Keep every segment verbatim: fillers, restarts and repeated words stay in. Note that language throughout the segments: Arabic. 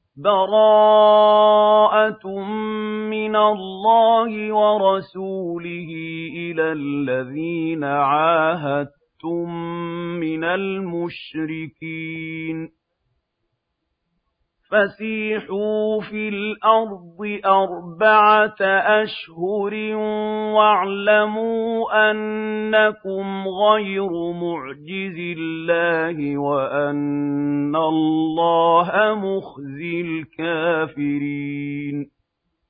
بَرَاءَةٌ مِّنَ اللَّهِ وَرَسُولِهِ إِلَى الَّذِينَ عَاهَدتُّم مِّنَ الْمُشْرِكِينَ فَسِيحُوا فِي الْأَرْضِ أَرْبَعَةَ أَشْهُرٍ وَاعْلَمُوا أَنَّكُمْ غَيْرُ مُعْجِزِي اللَّهِ وَأَنَّ اللَّهَ مُخْزِي الْكَافِرِينَ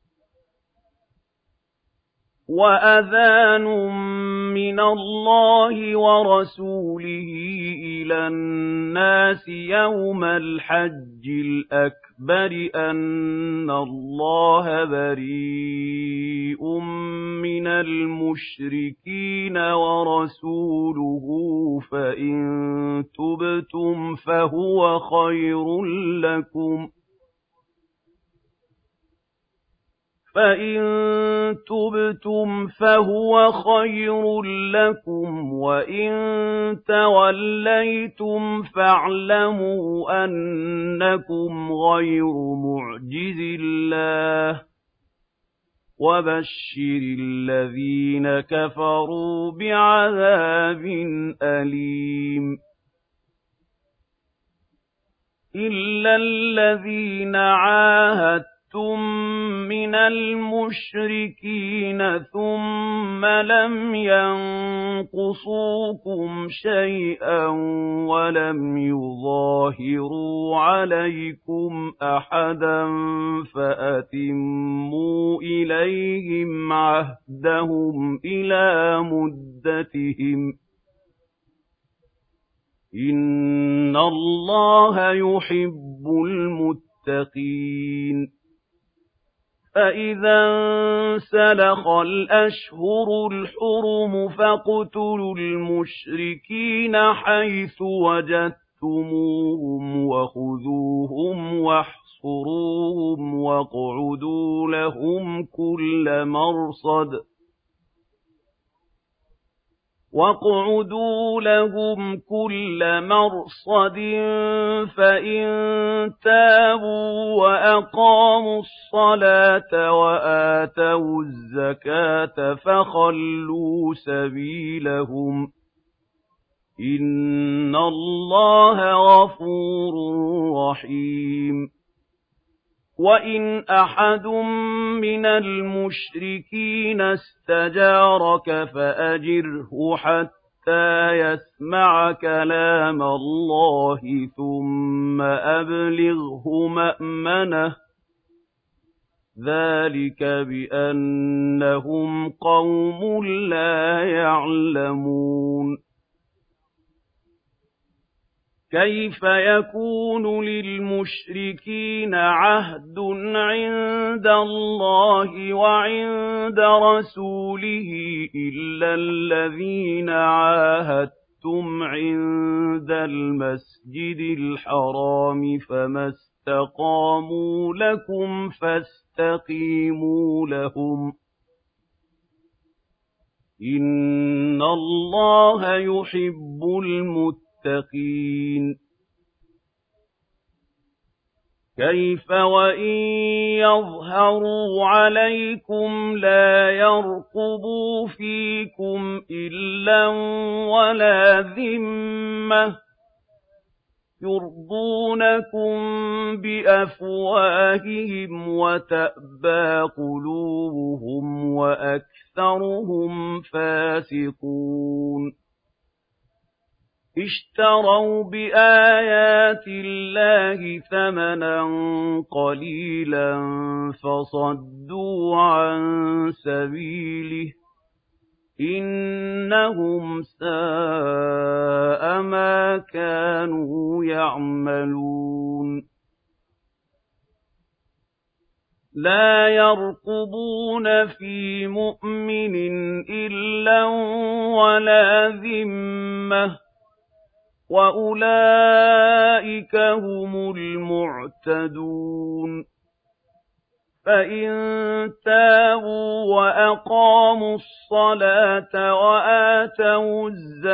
وَأَذَانٌ مِّنَ اللَّهِ وَرَسُولِهِ إِلَى النَّاسِ يَوْمَ الْحَجِّ الْأَكْبَرِ أَنَّ اللَّهَ بَرِيءٌ مِّنَ الْمُشْرِكِينَ وَرَسُولُهُ فَإِن تُبْتُمْ فَهُوَ خَيْرٌ لَّكُمْ فَإِن تُبْتُمْ فَهُوَ خَيْرٌ لَّكُمْ وَإِن تَوَلَّيْتُمْ فَاعْلَمُوا أَنَّكُمْ غَيْرُ مُعْجِزِي اللَّهِ وَبَشِّرِ الَّذِينَ كَفَرُوا بِعَذَابٍ أَلِيمٍ إِلَّا الَّذِينَ عَاهَدتُّم مِّنَ الْمُشْرِكِينَ ثُمَّ لَمْ يَنقُصُوكُمْ شَيْئًا وَلَمْ يُظَاهِرُوا عَلَيْكُمْ أَحَدًا فَأَتِمُّوا إِلَيْهِمْ عَهْدَهُمْ إِلَىٰ مُدَّتِهِمْ ۚ إِنَّ اللَّهَ يُحِبُّ الْمُتَّقِينَ فَإِذَا انسَلَخَ الْأَشْهُرُ الْحُرُمُ فَاقْتُلُوا الْمُشْرِكِينَ حَيْثُ وَجَدتُّمُوهُمْ وَخُذُوهُمْ وَاحْصُرُوهُمْ وَاقْعُدُوا لَهُمْ كُلَّ مَرْصَدٍ وَاقْعُدُوا لَهُمْ كُلَّ مَرْصَدٍ فَإِن تَابُوا وَأَقَامُوا الصَّلَاةَ وَآتَوُا الزَّكَاةَ فَخَلُّوا سَبِيلَهُمْ ۚ إِنَّ اللَّهَ غَفُورٌ رَّحِيمٌ وَإِنْ أَحَدٌ مِّنَ الْمُشْرِكِينَ اسْتَجَارَكَ فَأَجِرْهُ حَتَّىٰ يَسْمَعَ كَلَامَ اللَّهِ ثُمَّ أَبْلِغْهُ مَأْمَنَهُ ۚ ذَٰلِكَ بِأَنَّهُمْ قَوْمٌ لَّا يَعْلَمُونَ كَيْفَ يَكُونُ لِلْمُشْرِكِينَ عَهْدٌ عِندَ اللَّهِ وَعِندَ رَسُولِهِ إِلَّا الَّذِينَ عَاهَدتُّمْ عِندَ الْمَسْجِدِ الْحَرَامِ فَمَا اسْتَقَامُوا لَكُمْ فَاسْتَقِيمُوا لَهُمْ ۚ إِنَّ اللَّهَ يُحِبُّ الْمُتَّقِينَ كَيْفَ وَإِن يَظْهَرُوا عَلَيْكُمْ لَا يَرْقُبُوا فِيكُمْ إِلًّا وَلَا ذِمَّةً يُرْضُونَكُم بِأَفْوَاهِهِمْ وَتَأْبَىٰ قُلُوبُهُمْ وَأَكْثَرُهُمْ فَاسِقُونَ اشْتَرَوْا بِآيَاتِ اللَّهِ ثَمَنًا قَلِيلًا فَصَدُّوا عَن سَبِيلِهِ ۚ إِنَّهُمْ سَاءَ مَا كَانُوا يَعْمَلُونَ لَا يَرْقُبُونَ فِي مُؤْمِنٍ إِلًّا وَلَا ذِمَّةً وَأُولَٰئِكَ هُمُ الْمُعْتَدُونَ فَإِن تَابُوا وَأَقَامُوا الصَّلَاةَ وَآتَوُا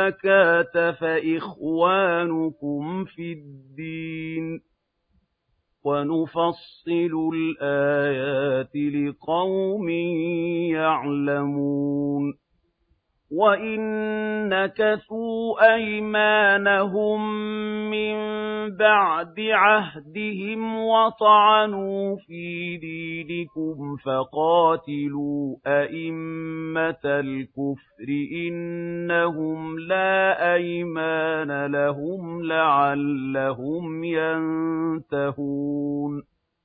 الزَّكَاةَ فَإِخْوَانُكُمْ فِي الدِّينِ وَنُفَصِّلُ الْآيَاتِ لِقَوْمٍ يَعْلَمُونَ وَإِن نَّكَثُوا أَيْمَانَهُم مِّن بَعْدِ عَهْدِهِمْ وَطَعَنُوا فِي دِينِكُمْ فَقَاتِلُوا أَئِمَّةَ الْكُفْرِ إِنَّهُمْ لَا أَيْمَانَ لَهُمْ لَعَلَّهُمْ يَنتَهُونَ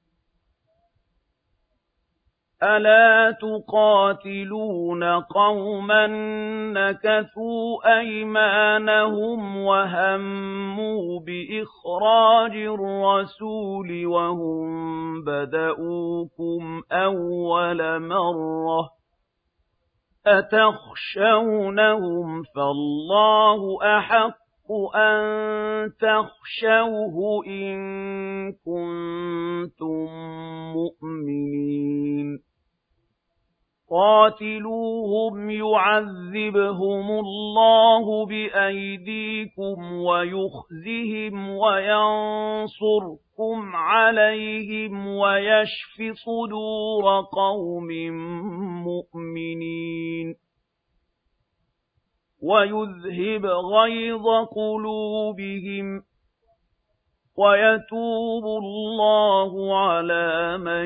أَلَا تُقَاتِلُونَ قَوْمًا نَكَثُوا أَيْمَانَهُمْ وَهَمُّوا بِإِخْرَاجِ الرَّسُولِ وَهُم بَدَءُوكُمْ أَوَّلَ مَرَّةٍ أَتَخْشَوْنَهُمْ فَاللَّهُ أَحَقُّ أَن تَخْشَوْهُ إِن كُنتُم مُّؤْمِنِينَ قَاتِلُوهُمْ يُعَذِّبْهُمُ اللَّهُ بِأَيْدِيكُمْ وَيُخْزِهِمْ وَيَنصُرْكُمْ عَلَيْهِمْ وَيَشْفِ صُدُورَ قَوْمٍ مُّؤْمِنِينَ وَيُذْهِبْ غَيْظَ قُلُوبِهِمْ وَيَتُوبُ اللَّهُ عَلَىٰ مَن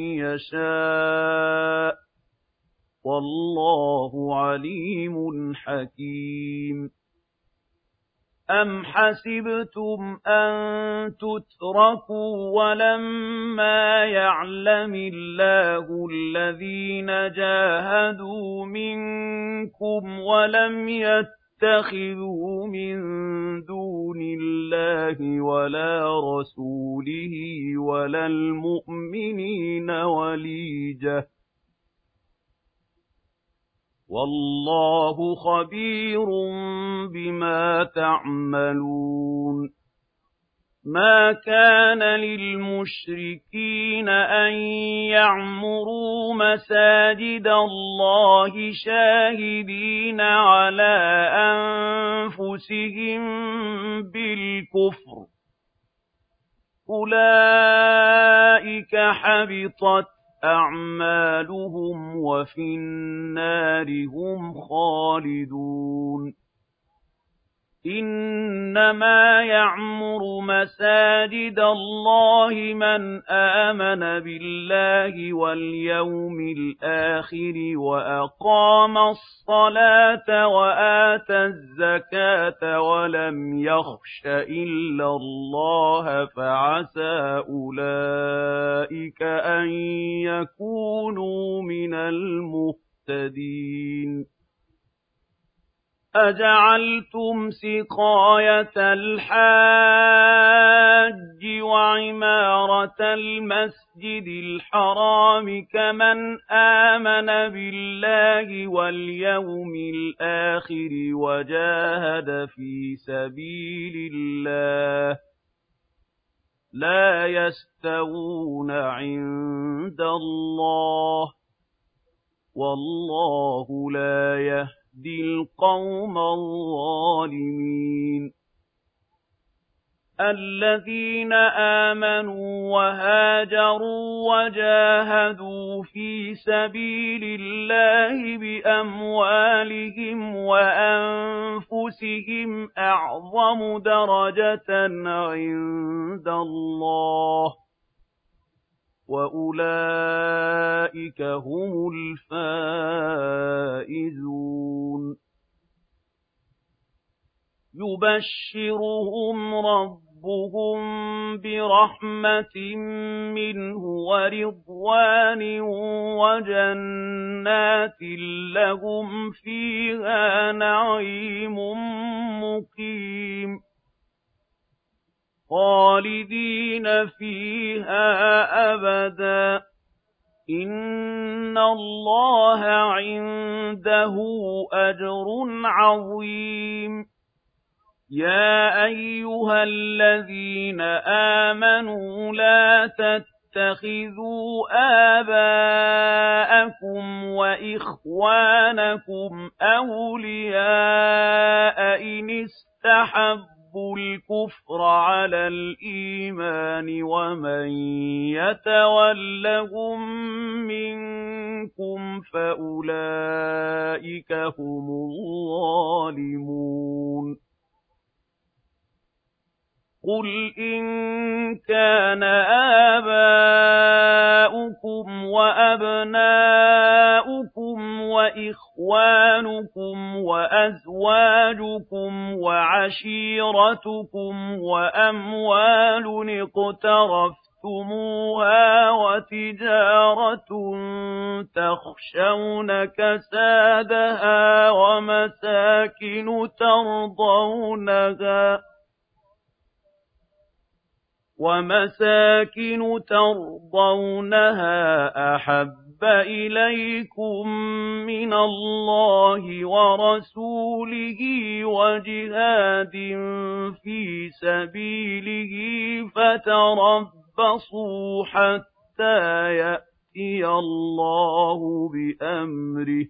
يَشَاءُ وَاللَّهُ عَلِيمٌ حَكِيمٌ أَمْ حَسِبْتُمْ أَن تُتْرَكُوا وَلَمَّا يَعْلَمِ اللَّهُ الَّذِينَ جَاهَدُوا مِنكُمْ وَلَمْ يَتَّخِذُوا مِن دُونِ اللَّهِ وَلَا رَسُولِهِ وَلَا الْمُؤْمِنِينَ وَلِيجَةً وَاللَّهُ خَبِيرٌ بِمَا تَعْمَلُونَ مَا كَانَ لِلْمُشْرِكِينَ أَن يَعْمُرُوا مَسَاجِدَ اللَّهِ شَاهِدِينَ عَلَىٰ أَنفُسِهِم بِالْكُفْرِ أُولَٰئِكَ حَبِطَتْ أَعْمَالُهُمْ وَفِي النَّارِ هُمْ خَالِدُونَ إِنَّمَا يَعْمُرُ مَسَاجِدَ اللَّهِ مَنْ آمَنَ بِاللَّهِ وَالْيَوْمِ الْآخِرِ وَأَقَامَ الصَّلَاةَ وَآتَى الزَّكَاةَ وَلَمْ يَخْشَ إِلَّا اللَّهَ فَعَسَىٰ أُولَٰئِكَ أَن يَكُونُوا مِنَ الْمُهْتَدِينَ أَجَعَلْتُمْ سِقَايَةَ الْحَاجِّ وَعِمَارَةَ الْمَسْجِدِ الْحَرَامِ كَمَنْ آمَنَ بِاللَّهِ وَالْيَوْمِ الْآخِرِ وَجَاهَدَ فِي سَبِيلِ اللَّهِ لَا يَسْتَوُونَ عِندَ اللَّهِ وَاللَّهُ لَا يَهْدِي يهدي القوم الظالمين الذين آمنوا وهاجروا وجاهدوا في سبيل الله بأموالهم وأنفسهم أعظم درجة عند الله وَأُولَٰئِكَ هُمُ الْفَائِزُونَ يُبَشِّرُهُمْ رَبُّهُم بِرَحْمَةٍ مِّنْهُ وَرِضْوَانٍ وَجَنَّاتٍ لَّهُمْ فِيهَا نَعِيمٌ مُّقِيمٌ خَالِدِينَ فِيهَا أَبَدًا إِنَّ اللَّهَ عِندَهُ أَجْرٌ عَظِيمٌ يَا أَيُّهَا الَّذِينَ آمَنُوا لَا تَتَّخِذُوا آبَاءَكُمْ وَإِخْوَانَكُمْ أَوْلِيَاءَ إِنِ اسْتَحَبُّوا الكفر على الإيمان ومن يتولهم منكم فأولئك هم الظالمون قل إن كان آباؤكم وأبناؤكم وإخوانكم وأزواجكم وعشيرتكم وأموال اقترفتموها وتجارة تخشون كسادها ومساكن ترضونها ومساكن ترضونها أحب إليكم من الله ورسوله وجهاد في سبيله فتربصوا حتى يأتي الله بأمره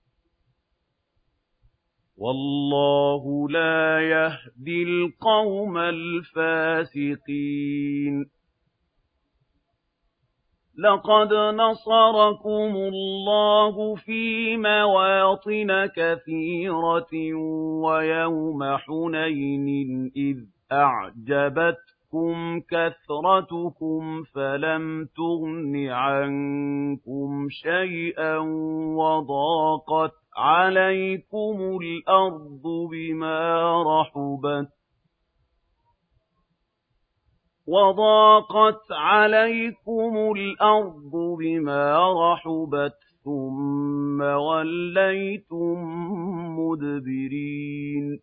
والله لا يهدي القوم الفاسقين لقد نصركم الله في مواطن كثيرة ويوم حنين إذ أعجبتكم كثرتكم فلم تغن عنكم شيئا وضاقت عليكم الأرض بما رحبت وضاقت عليكم الأرض بما رحبت ثم وليتم مدبرين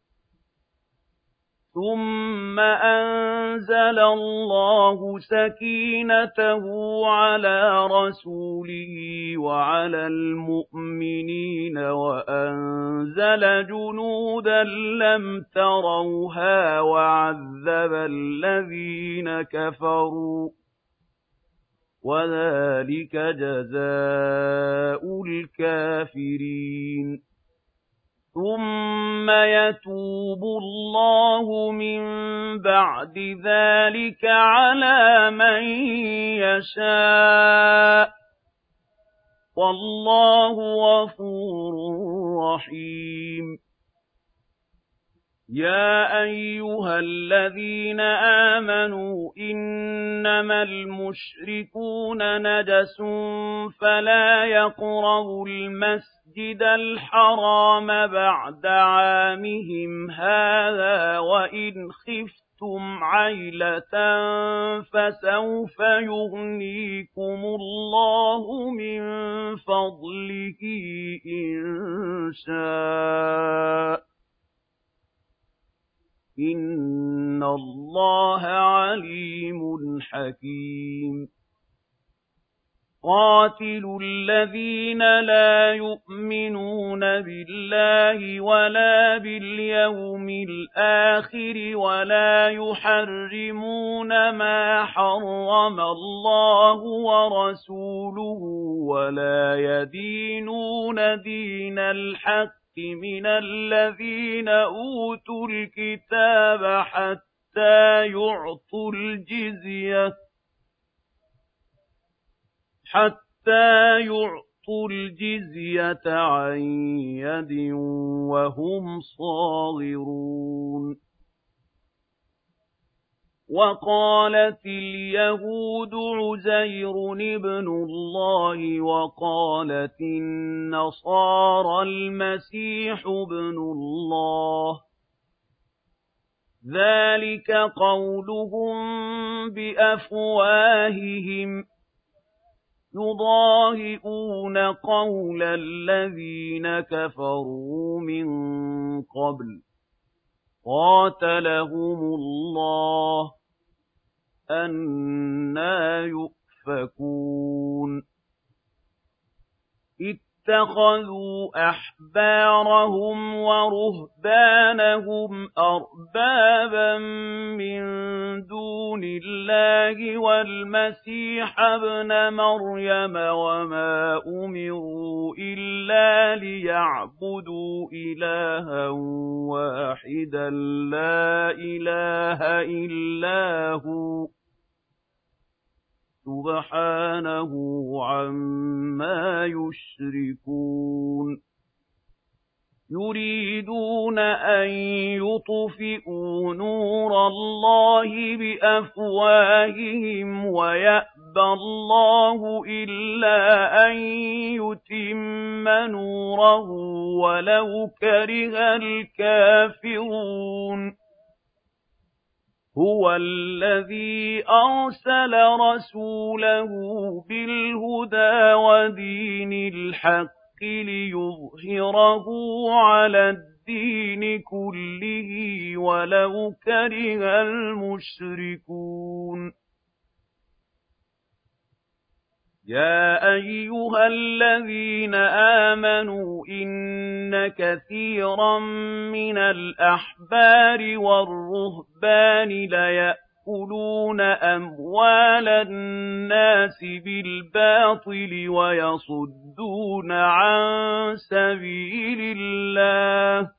ثم أنزل الله سكينته على رسوله وعلى المؤمنين وأنزل جنودا لم تروها وعذب الذين كفروا وذلك جزاء الكافرين ثم يتوب الله من بعد ذلك على من يشاء والله غفور رحيم يا أيها الذين آمنوا إنما المشركون نجس فلا يقربوا المسجد الحرام بعد عامهم هذا وإن خفتم عيلة فسوف يغنيكم الله من فضله إن شاء إن الله عليم حكيم قاتلوا الذين لا يؤمنون بالله ولا باليوم الآخر ولا يحرمون ما حرم الله ورسوله ولا يدينون دين الحق من الذين أوتوا الكتاب حتى يعطوا الجزية حتى يعطوا الجزية عن يد وهم صاغرون وقالت اليهود عزير ابن الله وقالت النصارى المسيح ابن الله ذلك قولهم بأفواههم يضاهئون قول الذين كفروا من قبل قاتلهم الله أنى يؤفكون اتَّخَذُوا أَحْبَارَهُمْ وَرُهْبَانَهُمْ أَرْبَابًا مِّن دُونِ اللَّهِ وَالْمَسِيحَ ابْنَ مَرْيَمَ وَمَا أُمِرُوا إِلَّا لِيَعْبُدُوا إِلَٰهًا وَاحِدًا لَّا إِلَٰهَ إِلَّا هُوَ سُبْحَانَهُ عَمَّا يُشْرِكُونَ يُرِيدُونَ أَن يُطْفِئُوا نُورَ اللَّهِ بِأَفْوَاهِهِمْ وَيَأْبَى اللَّهُ إِلَّا أَن يُتِمَّ نُورَهُ وَلَوْ كَرِهَ الْكَافِرُونَ هُوَ الَّذِي أَرْسَلَ رَسُولَهُ بِالْهُدَىٰ وَدِينِ الْحَقِّ لِيُظْهِرَهُ عَلَى الدِّينِ كُلِّهِ وَلَوْ كَرِهَ الْمُشْرِكُونَ يَا أَيُّهَا الَّذِينَ آمَنُوا إِنَّ كَثِيرًا مِّنَ الْأَحْبَارِ وَالرُّهْبَانِ لَيَأْكُلُونَ أَمْوَالَ النَّاسِ بِالْبَاطِلِ وَيَصُدُّونَ عَن سَبِيلِ اللَّهِ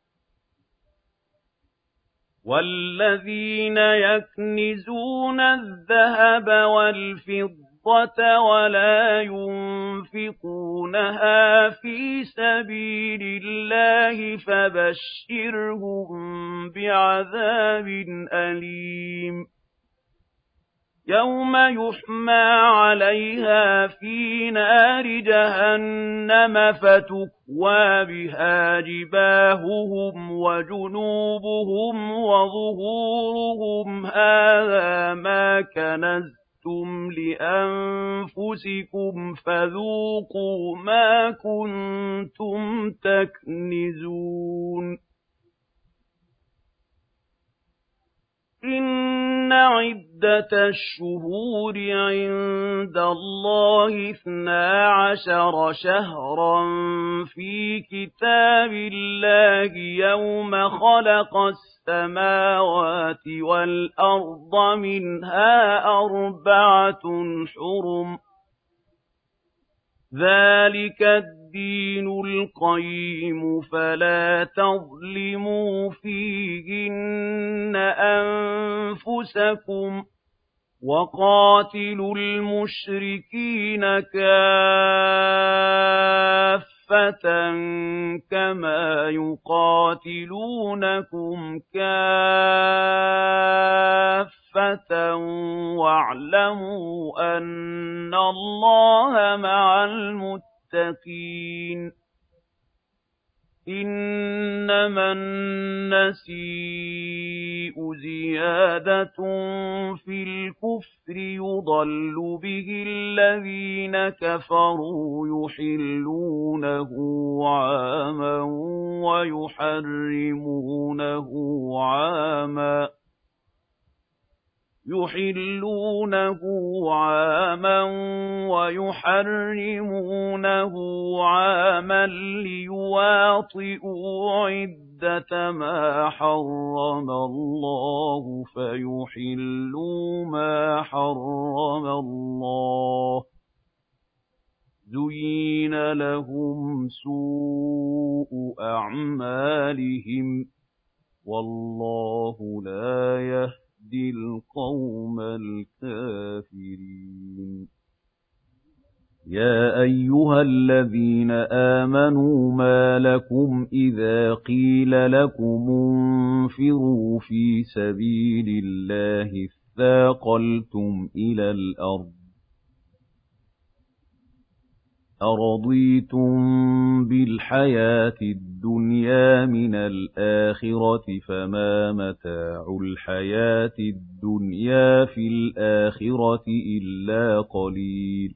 وَالَّذِينَ يَكْنِزُونَ الذَّهَبَ وَالْفِضَّةَ وَلَا يُنفِقُونَهَا فِي سَبِيلِ اللَّهِ فَبَشِّرْهُم بِعَذَابٍ أَلِيمٍ يَوْمَ يُحْمَىٰ عَلَيْهَا فِي نَارِ جَهَنَّمَ فَتُكْوَىٰ بِهَا جِبَاهُهُمْ وَجُنُوبُهُمْ وَظُهُورُهُمْ هَٰذَا مَا كَنَزْتُمْ لِأَنفُسِكُمْ فَذُوقُوا مَا كُنتُمْ تَكْنِزُونَ إِنَّ عِدَّةَ الشُّهُورِ عِندَ اللَّهِ اثْنَا عَشَرَ شَهْرًا فِي كِتَابِ اللَّهِ يَوْمَ خَلَقَ السَّمَاوَاتِ وَالْأَرْضَ مِنْهَا أَرْبَعَةٌ حُرُمٌ ۚ ذَٰلِكَ الدِّينُ الْقَيِّمُ فَلَا تَظْلِمُوا فِيهِنَّ أَنفُسَكُمْ ۚ وَقَاتِلُوا الْمُشْرِكِينَ كَافَّةً كَمَا يُقَاتِلُونَكُمْ كَافَّةً وَاعْلَمُوا أَنَّ اللَّهَ مَعَ الْمُتَّقِينَ إِنَّمَا النَّسِيءُ زِيَادَةٌ فِي الْكُفْرِ يُضَلُّ بِهِ الَّذِينَ كَفَرُوا يُحِلُّونَهُ عَامًا وَيُحَرِّمُونَهُ عَامًا يُحِلُّونَهُ عَامًا وَيُحَرِّمُونَهُ عَامًا لِيُوَاطِئُوا عِدَّةَ مَا حَرَّمَ اللَّهُ فَيُحِلُّوا مَا حَرَّمَ اللَّهُ ۚ زُيِّنَ لَهُمْ سُوءُ أَعْمَالِهِمْ وَاللَّهُ لَا يَهْدِي الْقَوْمَ الْكَافِرِينَ يَا أَيُّهَا الَّذِينَ آمَنُوا مَا لَكُمْ إِذَا قِيلَ لَكُمُ انفِرُوا فِي سَبِيلِ اللَّهِ اثَّاقَلْتُمْ إِلَى الْأَرْضِ أَرَضِيتُم بِالْحَيَاةِ الدُّنْيَا مِنَ الْآخِرَةِ فَمَا مَتَاعُ الْحَيَاةِ الدُّنْيَا فِي الْآخِرَةِ إِلَّا قَلِيلٌ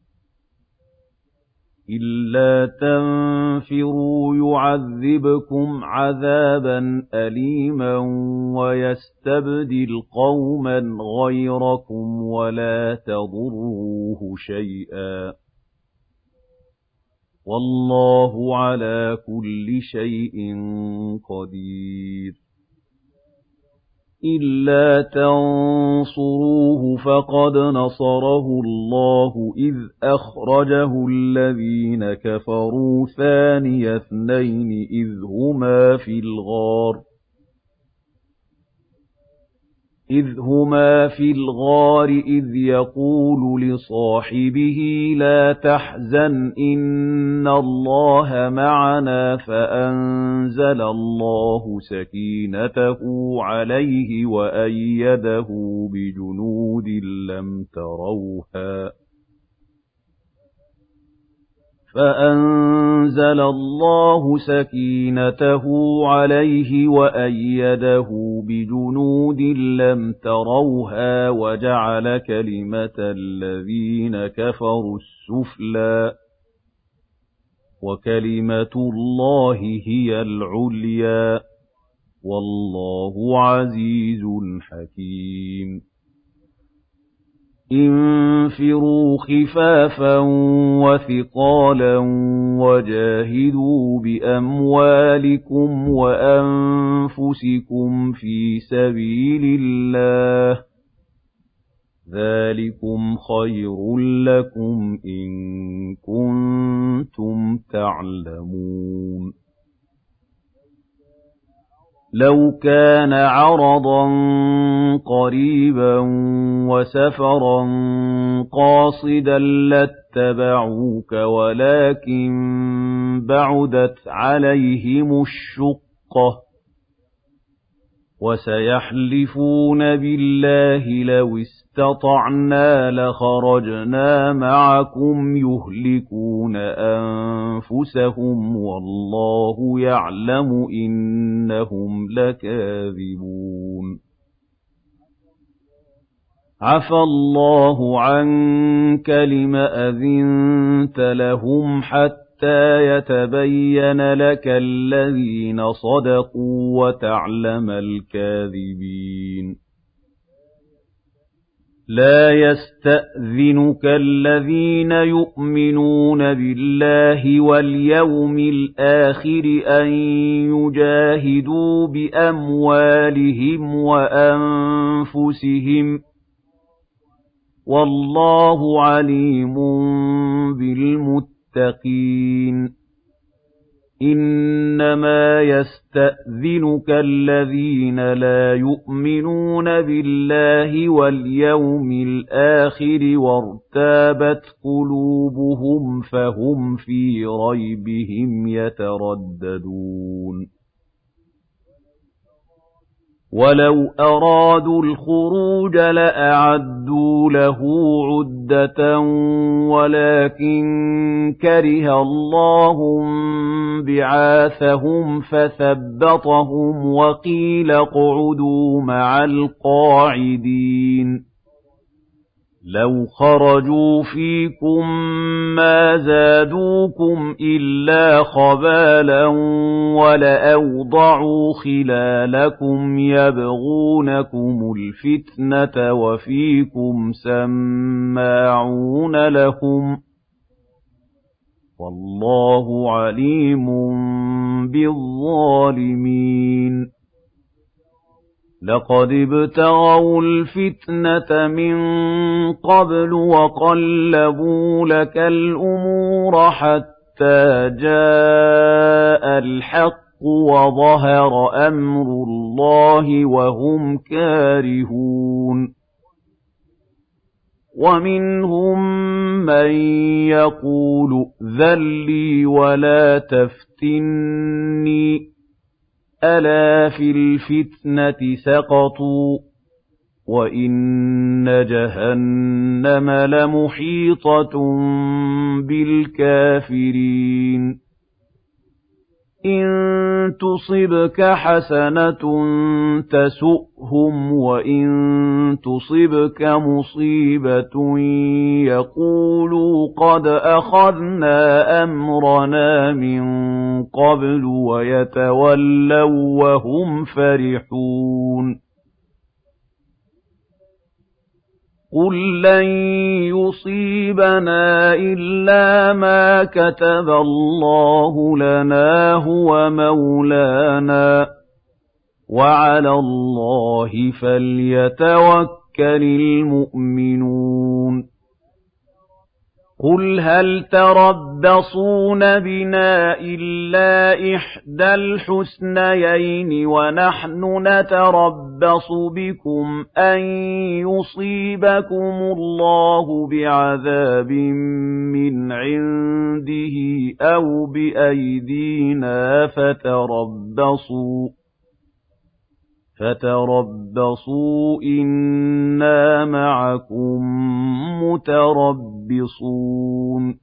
إِلَّا تَنفِرُوا يُعَذِّبْكُمْ عَذَابًا أَلِيمًا وَيَسْتَبْدِلْ قَوْمًا غَيْرَكُمْ وَلَا تَضُرُّوهُ شَيْئًا وَاللَّهُ عَلَى كُلِّ شَيْءٍ قَدِيرٌ إِلَّا تَنصُرُوهُ فَقَدْ نَصَرَهُ اللَّهُ إِذْ أَخْرَجَهُ الَّذِينَ كَفَرُوا ثَانِيَ اثْنَيْنِ إِذْ هُمَا فِي الْغَارِ إِذْ هُمَا فِي الْغَارِ إِذْ يَقُولُ لِصَاحِبِهِ لَا تَحْزَنْ إِنَّ اللَّهَ مَعَنَا فَأَنزَلَ اللَّهُ سَكِينَتَهُ عَلَيْهِ وَأَيَّدَهُ بِجُنُودٍ لَّمْ تَرَوْهَا فَأَنزَلَ اللَّهُ سَكِينَتَهُ عَلَيْهِ وَأَيَّدَهُ بِجُنُودٍ لَّمْ تَرَوْهَا وَجَعَلَ كَلِمَةَ الَّذِينَ كَفَرُوا السُّفْلَىٰ وَكَلِمَةُ اللَّهِ هِيَ الْعُلْيَا وَاللَّهُ عَزِيزٌ حَكِيمٌ انفروا خفافا وثقالا وجاهدوا بأموالكم وأنفسكم في سبيل الله ذلكم خير لكم إن كنتم تعلمون لو كان عرضا قريبا وسفرا قاصدا لاتبعوك ولكن بعدت عليهم الشقة وسيحلفون بالله لو استطعنا لخرجنا معكم يهلكون أنفسهم والله يعلم إنهم لكاذبون عفى الله عنك لم أذنت لهم حتى يتبين لك الذين صدقوا وتعلم الكاذبين لا يستأذنك الذين يؤمنون بالله واليوم الآخر أن يجاهدوا بأموالهم وأنفسهم والله عليم بالمتقين إنما يستأذنك الذين لا يؤمنون بالله واليوم الآخر وارتابت قلوبهم فهم في ريبهم يترددون ولو أرادوا الخروج لأعدوا له عدة ولكن كره الله بعاثهم فثبطهم وقيل اقعدوا مع القاعدين لو خرجوا فيكم ما زادوكم إلا خبالا ولأوضعوا خلالكم يبغونكم الفتنة وفيكم سماعون لهم والله عليم بالظالمين لقد ابتغوا الفتنة من قبل وقلبوا لك الأمور حتى جاء الحق وظهر أمر الله وهم كارهون ومنهم من يقول ائذن لي ولا تفتني ألا في الفتنة سقطوا وإن جهنم لمحيطة بالكافرين إن تصبك حسنة تسؤهم وإن تصبك مصيبة يقولوا قد أخذنا أمرنا من قبل ويتولوا وهم فرحون قُل لَّن يُصِيبَنَا إِلَّا مَا كَتَبَ اللَّهُ لَنَا هُوَ مَوْلَانَا ۚ وَعَلَى اللَّهِ فَلْيَتَوَكَّلِ الْمُؤْمِنُونَ قُلْ هَلْ تَرَبَّصُونَ بِنَا إِلَّا إِحْدَى الْحُسْنَيَيْنِ وَنَحْنُ نَتَرَبَّصُ بِكُمْ أَن يُصِيبَكُمُ اللَّهُ بِعَذَابٍ مِّنْ عِندِهِ أَوْ بِأَيْدِينَا فَتَرَبَّصُوا فَتَرَبَّصُوا إِنَّا مَعَكُم مُّتَرَبِّصُونَ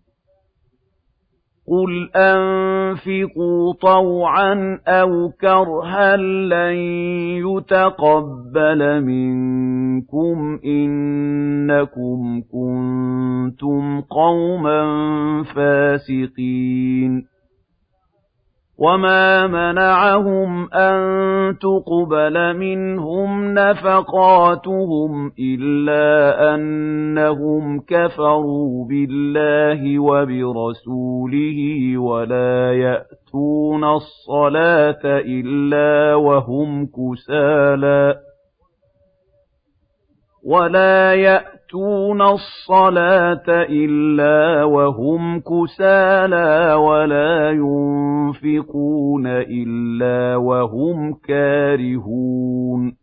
قُلْ أَنفِقُوا طَوْعًا أَوْ كَرْهًا لَّن يُتَقَبَّلَ مِنكُمْ إِنَّكُمْ كُنتُمْ قَوْمًا فَاسِقِينَ وَمَا مَنَعَهُمْ أَن تُقْبَلَ مِنْهُمْ نَفَقَاتُهُمْ إِلَّا أَنَّهُمْ كَفَرُوا بِاللَّهِ وَبِرَسُولِهِ وَلَا يَأْتُونَ الصَّلَاةَ إِلَّا وَهُمْ كُسَالَىٰ وَلَا يَأْتُونَ الصَّلَاةَ إِلَّا وَهُمْ كُسَالَىٰ وَلَا يُنفِقُونَ إِلَّا وَهُمْ كَارِهُونَ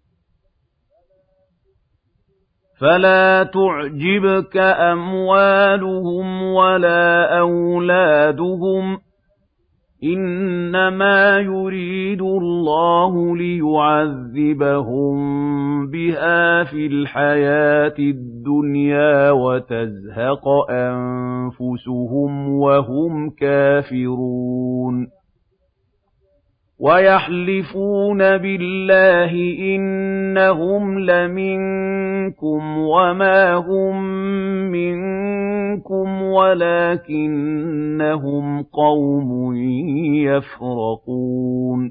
فَلَا تُعْجِبْكَ أَمْوَالُهُمْ وَلَا أَوْلَادُهُمْ ۚ إِنَّمَا يُرِيدُ اللَّهُ لِيُعَذِّبَهُم بِهَا فِي الْحَيَاةِ الدُّنْيَا وَتَزْهَقَ أَنفُسُهُمْ وَهُمْ كَافِرُونَ وَيَحْلِفُونَ بِاللَّهِ إِنَّهُمْ لَمِنكُمْ وَمَا هُم مِّنكُمْ وَلَٰكِنَّهُمْ قَوْمٌ يَفْرَقُونَ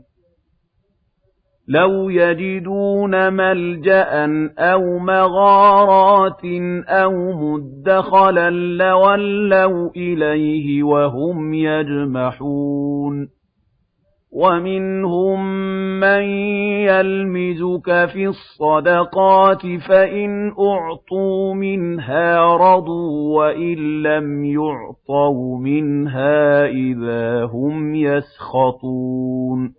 لَوْ يَجِدُونَ مَلْجَأً أَوْ مَغَارَاتٍ أَوْ مُدَّخَلًا لَّوَلَّوْا إِلَيْهِ وَهُمْ يَجْمَحُونَ وَمِنْهُم مَّن يَلْمِزُكَ فِي الصَّدَقَاتِ فَإِنْ أُعْطُوا مِنْهَا رَضُوا وَإِن لَّمْ يُعْطَوْا مِنْهَا إِذَا هُمْ يَسْخَطُونَ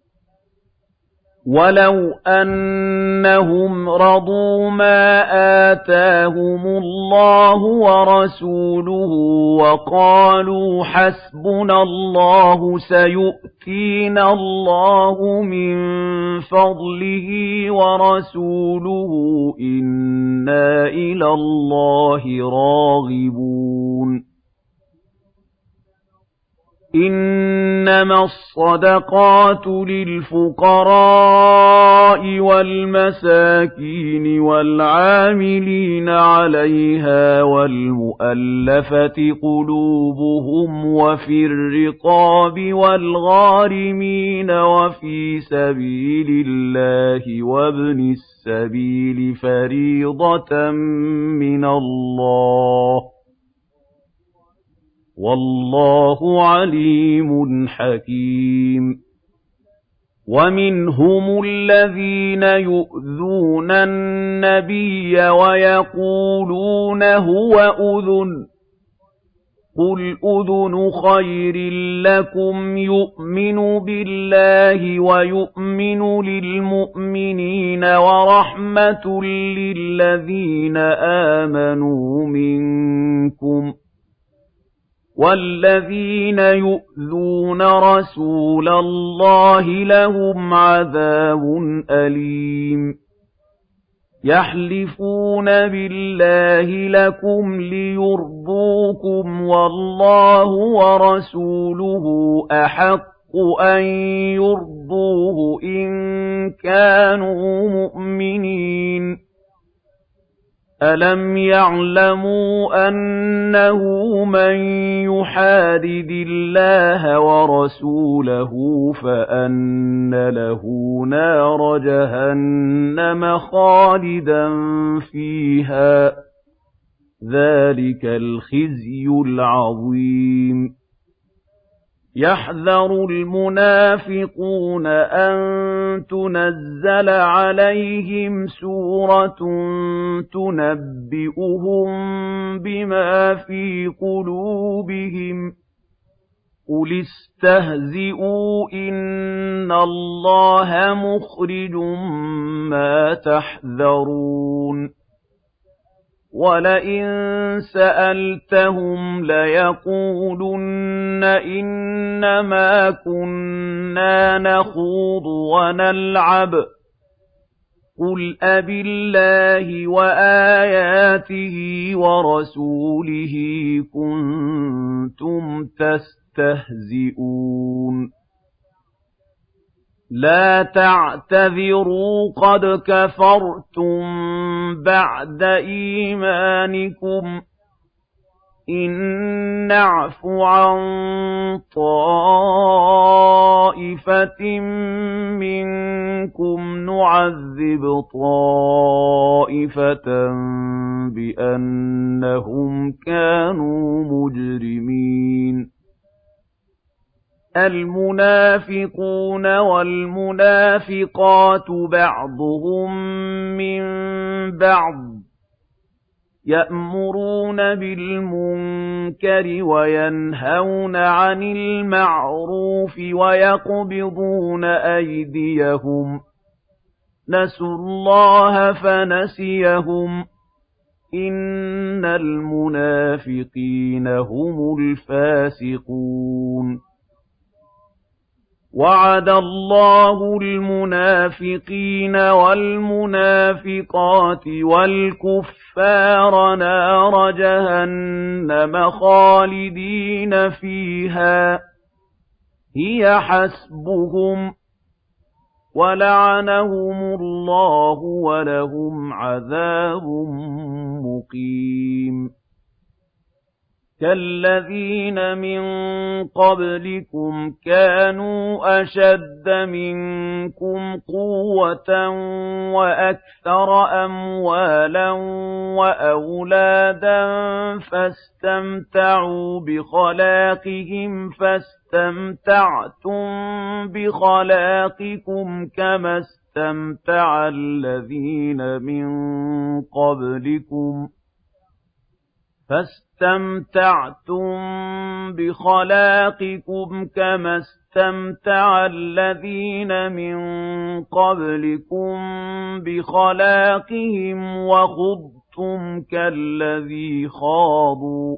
وَلَوْ أَنَّهُمْ رَضُوا مَا آتَاهُمُ اللَّهُ وَرَسُولُهُ وَقَالُوا حَسْبُنَا اللَّهُ سَيُؤْتِينَا اللَّهُ مِن فَضْلِهِ وَرَسُولُهُ إِنَّا إِلَى اللَّهِ راغبون إِنَّمَا الصَّدَقَاتُ لِلْفُقَرَاءِ وَالْمَسَاكِينِ وَالْعَامِلِينَ عَلَيْهَا وَالْمُؤَلَّفَةِ قُلُوبُهُمْ وَفِي الرِّقَابِ وَالْغَارِمِينَ وَفِي سَبِيلِ اللَّهِ وَابْنِ السَّبِيلِ فَرِيضَةً مِّنَ اللَّهِ ۗ وَاللَّهُ عَلِيمٌ حَكِيمٌ وَمِنْهُمُ الَّذِينَ يُؤْذُونَ النَّبِيَّ وَيَقُولُونَ هُوَ أُذُنٌ ۚ قُلْ أُذُنُ خَيْرٍ لَّكُمْ يُؤْمِنُ بِاللَّهِ وَيُؤْمِنُ لِلْمُؤْمِنِينَ وَرَحْمَةٌ لِّلَّذِينَ آمَنُوا مِنكُمْ ۚ وَالَّذِينَ يُؤْذُونَ رَسُولَ اللَّهِ لَهُمْ عَذَابٌ أَلِيمٌ يَحْلِفُونَ بِاللَّهِ لَكُمْ لِيُرْضُوكُمْ وَاللَّهُ وَرَسُولُهُ أَحَقُّ أَن يُرْضُوهُ إِن كَانُوا مُؤْمِنِينَ أَلَمْ يَعْلَمُوا أَنَّهُ مَن يُحَادِدِ اللَّهَ وَرَسُولَهُ فَأَنَّ لَهُ نَارَ جَهَنَّمَ خَالِدًا فِيهَا ذَلِكَ الْخِزْيُ الْعَظِيمُ يَحْذَرُ الْمُنَافِقُونَ أَن تُنَزَّلَ عَلَيْهِمْ سُورَةٌ تُنَبِّئُهُم بِمَا فِي قُلُوبِهِمْ قُلِ اسْتَهْزِئُوا إِنَّ اللَّهَ مُخْرِجٌ مَّا تَحْذَرُونَ وَلَئِن سَأَلْتَهُمْ لَيَقُولُنَّ إِنَّمَا كُنَّا نَخُوضُ وَنَلْعَبُ قُلْ أَبِاللَّهِ وَآيَاتِهِ وَرَسُولِهِ كُنتُمْ تَسْتَهْزِئُونَ لَا تَعْتَذِرُوا قَدْ كَفَرْتُم بَعْدَ إِيمَانِكُمْ إِن نَّعْفُ عَن طَائِفَةٍ مِّنكُمْ نُعَذِّبْ طَائِفَةً بِأَنَّهُمْ كَانُوا مُجْرِمِينَ الْمُنَافِقُونَ وَالْمُنَافِقَاتُ بَعْضُهُم مِّن بَعْضٍ يَأْمُرُونَ بِالْمُنكَرِ وَيَنْهَوْنَ عَنِ الْمَعْرُوفِ وَيَقْبِضُونَ أَيْدِيَهُمْ نَسُوا اللَّهَ فَنَسِيَهُمْ إِنَّ الْمُنَافِقِينَ هُمُ الْفَاسِقُونَ وَعَدَ اللَّهُ الْمُنَافِقِينَ وَالْمُنَافِقَاتِ وَالْكُفَّارَ نَارَ جَهَنَّمَ خَالِدِينَ فِيهَا هِيَ حَسْبُهُمْ وَلَعَنَهُمُ اللَّهُ وَلَهُمْ عَذَابٌ مُّقِيمٌ كَالَّذِينَ مِن قَبْلِكُمْ كَانُوا أَشَدَّ مِنكُمْ قُوَّةً وَأَكْثَرَ أَمْوَالًا وَأَوْلَادًا فَاسْتَمْتَعُوا بِخَلَاقِهِمْ فَاسْتَمْتَعْتُم بِخَلَاقِكُمْ كَمَا اسْتَمْتَعَ الَّذِينَ مِن قَبْلِكُمْ فَاسْتَمْتَعْتُم بِخَلَاقِكُمْ كَمَا اسْتَمْتَعَ الَّذِينَ مِن قَبْلِكُم بِخَلَاقِهِمْ وَخُضْتُمْ كَالَّذِي خَاضُوا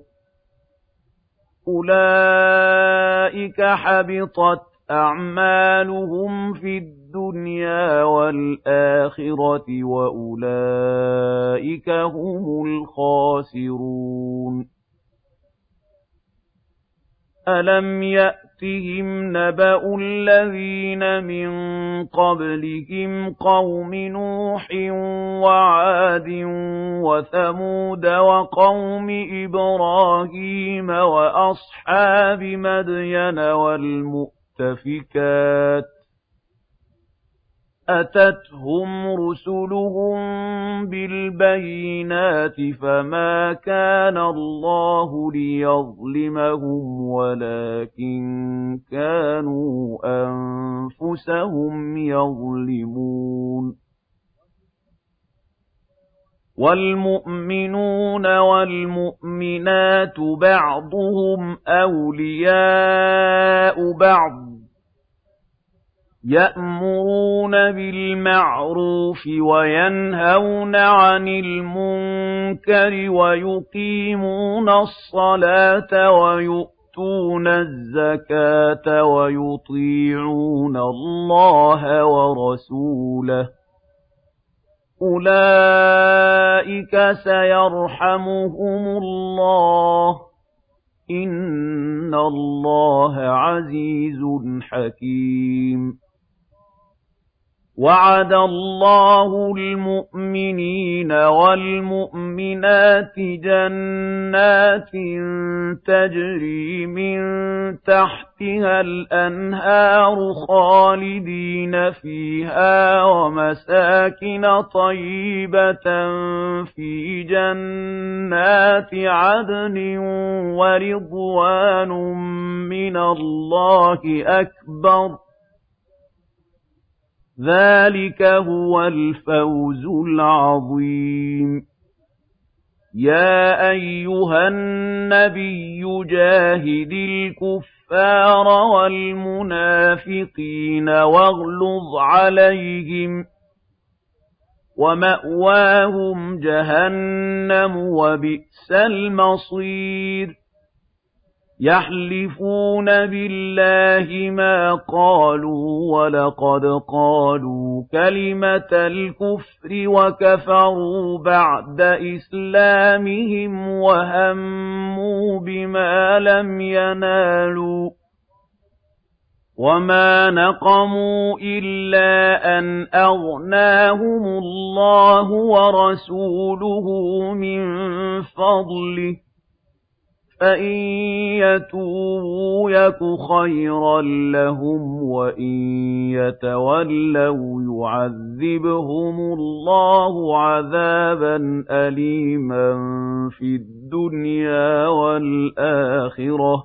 أُولَٰئِكَ حَبِطَتْ أَعْمَالُهُمْ فِي الدُّنْيَا وَالْآخِرَةِ وَأُولَٰئِكَ هُمُ الْخَاسِرُونَ أَلَمْ يَأْتِهِمْ نَبَأُ الَّذِينَ مِن قَبْلِهِمْ قَوْمِ نُوحٍ وَعَادٍ وَثَمُودَ وَقَوْمِ إِبْرَاهِيمَ وَأَصْحَابِ مَدْيَنَ وَالْمُؤْتَفِكَاتِ أَتَتْهُمْ رُسُلُهُم بِالْبَيِّنَاتِ فَمَا كَانَ اللَّهُ لِيَظْلِمَهُمْ وَلَٰكِن كَانُوا أَنفُسَهُمْ يَظْلِمُونَ وَالْمُؤْمِنُونَ وَالْمُؤْمِنَاتُ بَعْضُهُمْ أَوْلِيَاءُ بَعْضٍ يَأْمُرُونَ بِالْمَعْرُوفِ وَيَنْهَوْنَ عَنِ الْمُنكَرِ وَيُقِيمُونَ الصَّلَاةَ وَيُؤْتُونَ الزَّكَاةَ وَيُطِيعُونَ اللَّهَ وَرَسُولَهُ أُولَئِكَ سَيَرْحَمُهُمُ اللَّهُ إِنَّ اللَّهَ عَزِيزٌ حَكِيمٌ وعد الله المؤمنين والمؤمنات جنات تجري من تحتها الأنهار خالدين فيها ومساكن طيبة في جنات عدن ورضوان من الله أكبر ذلك هو الفوز العظيم يا أيها النبي جاهد الكفار والمنافقين واغلظ عليهم ومأواهم جهنم وبئس المصير يحلفون بالله ما قالوا ولقد قالوا كلمة الكفر وكفروا بعد إسلامهم وهموا بما لم ينالوا وما نقموا إلا أن أغناهم الله ورسوله من فضله فإن يتوبوا يك خيرا لهم وإن يتولوا يعذبهم الله عذابا أليما في الدنيا والآخرة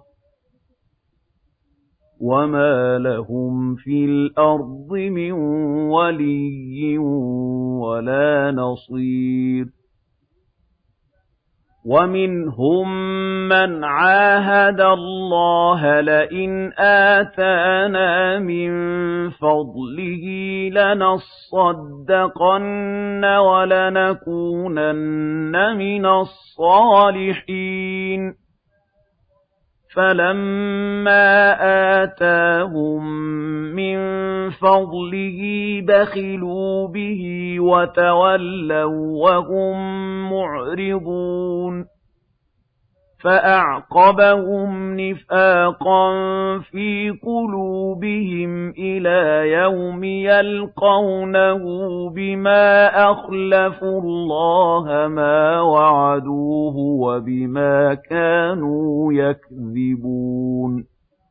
وما لهم في الأرض من ولي ولا نصير ومنهم من عاهد الله لئن آتانا من فضله لنصدقن ولنكونن من الصالحين فلما آتاهم من فضله بخلوا به وتولوا وهم معرضون فأعقبهم نفاقا في قلوبهم إلى يوم يلقونه بما أخلفوا الله ما وعدوه وبما كانوا يكذبون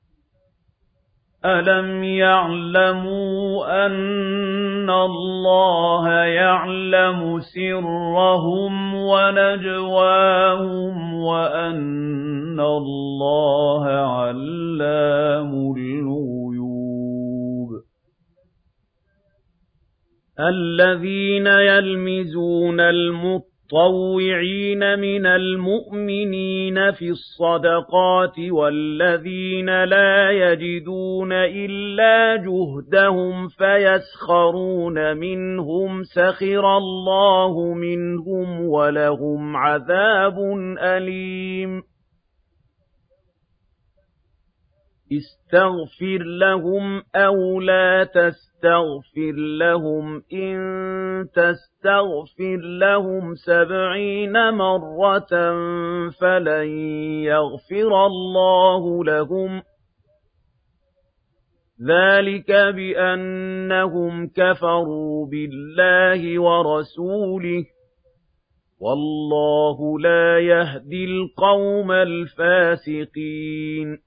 ألم يعلموا أن الله يعلم سرهم ونجواهم وأن الله علام الغيوب الذين يلمزون المطلوب المتطوعين من المؤمنين في الصدقات والذين لا يجدون إلا جهدهم فيسخرون منهم سخر الله منهم ولهم عذاب أليم استغفر لهم أو لا تستغفر لهم إن تستغفر لهم سبعين مرة فلن يغفر الله لهم ذلك بأنهم كفروا بالله ورسوله والله لا يهدي القوم الفاسقين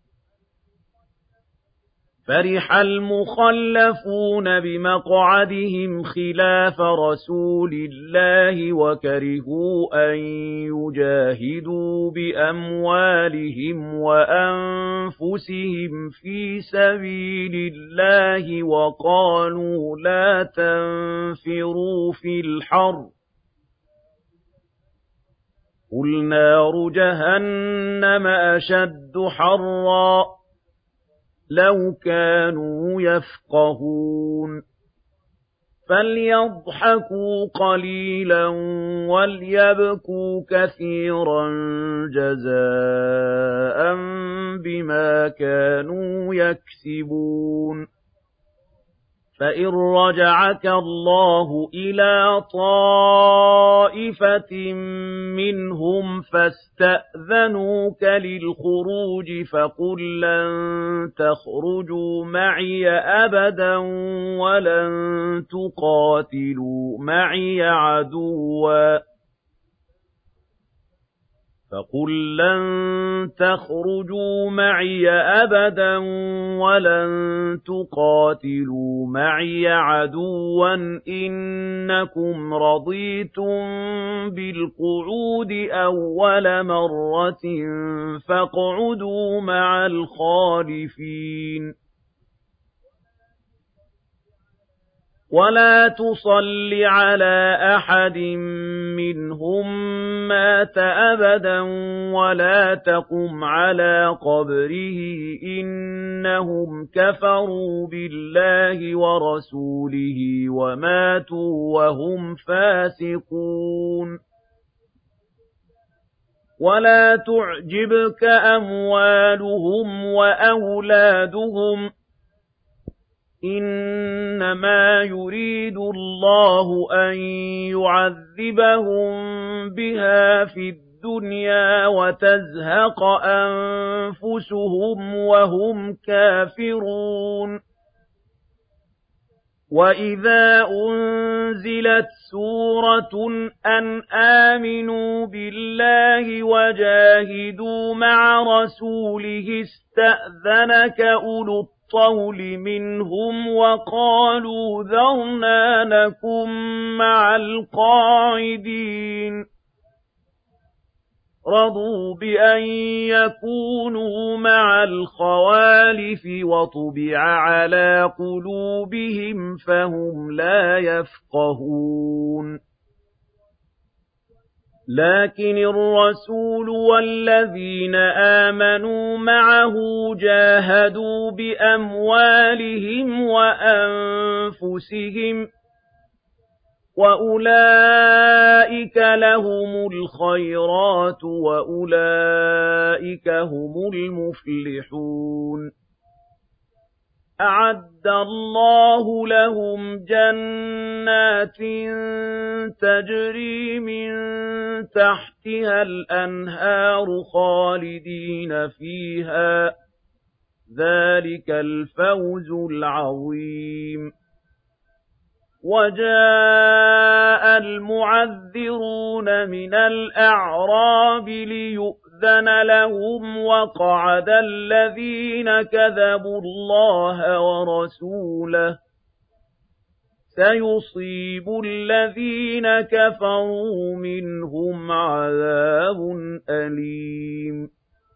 فرح المخلفون بمقعدهم خلاف رسول الله وكرهوا أن يجاهدوا بأموالهم وأنفسهم في سبيل الله وقالوا لا تنفروا في الحر قل نار جهنم أشد حرا لو كانوا يفقهون فليضحكوا قليلا وليبكوا كثيرا جزاء بما كانوا يكسبون فإن رجعك الله إلى طائفة منهم فاستأذنوك للخروج فقل لن تخرجوا معي أبدا ولن تقاتلوا معي عدوا فقل لن تخرجوا معي أبدا ولن تقاتلوا معي عدوا إنكم رضيتم بالقعود أول مرة فاقعدوا مع الخالفين ولا تصل على أحد منهم مات أبدا ولا تقم على قبره إنهم كفروا بالله ورسوله وماتوا وهم فاسقون ولا تعجبك أموالهم وأولادهم إنما يريد الله أن يعذبهم بها في الدنيا وتزهق أنفسهم وهم كافرون وإذا أنزلت سورة أن آمنوا بالله وجاهدوا مع رسوله استأذنك أولو الطول منهم وقالوا ذرنا نكن مع القاعدين رضوا بأن يكونوا مع الخوالف وطبع على قلوبهم فهم لا يفقهون لكن الرسول والذين آمنوا معه جاهدوا بأموالهم وأنفسهم وأولئك لهم الخيرات وأولئك هم المفلحون أعد الله لهم جنات تجري من تحتها الأنهار خالدين فيها ذلك الفوز العظيم وجاء المعذرون من الأعراب ليؤذن لهم وقعد الذين كذبوا الله ورسوله سيصيب الذين كفروا منهم عذاب أليم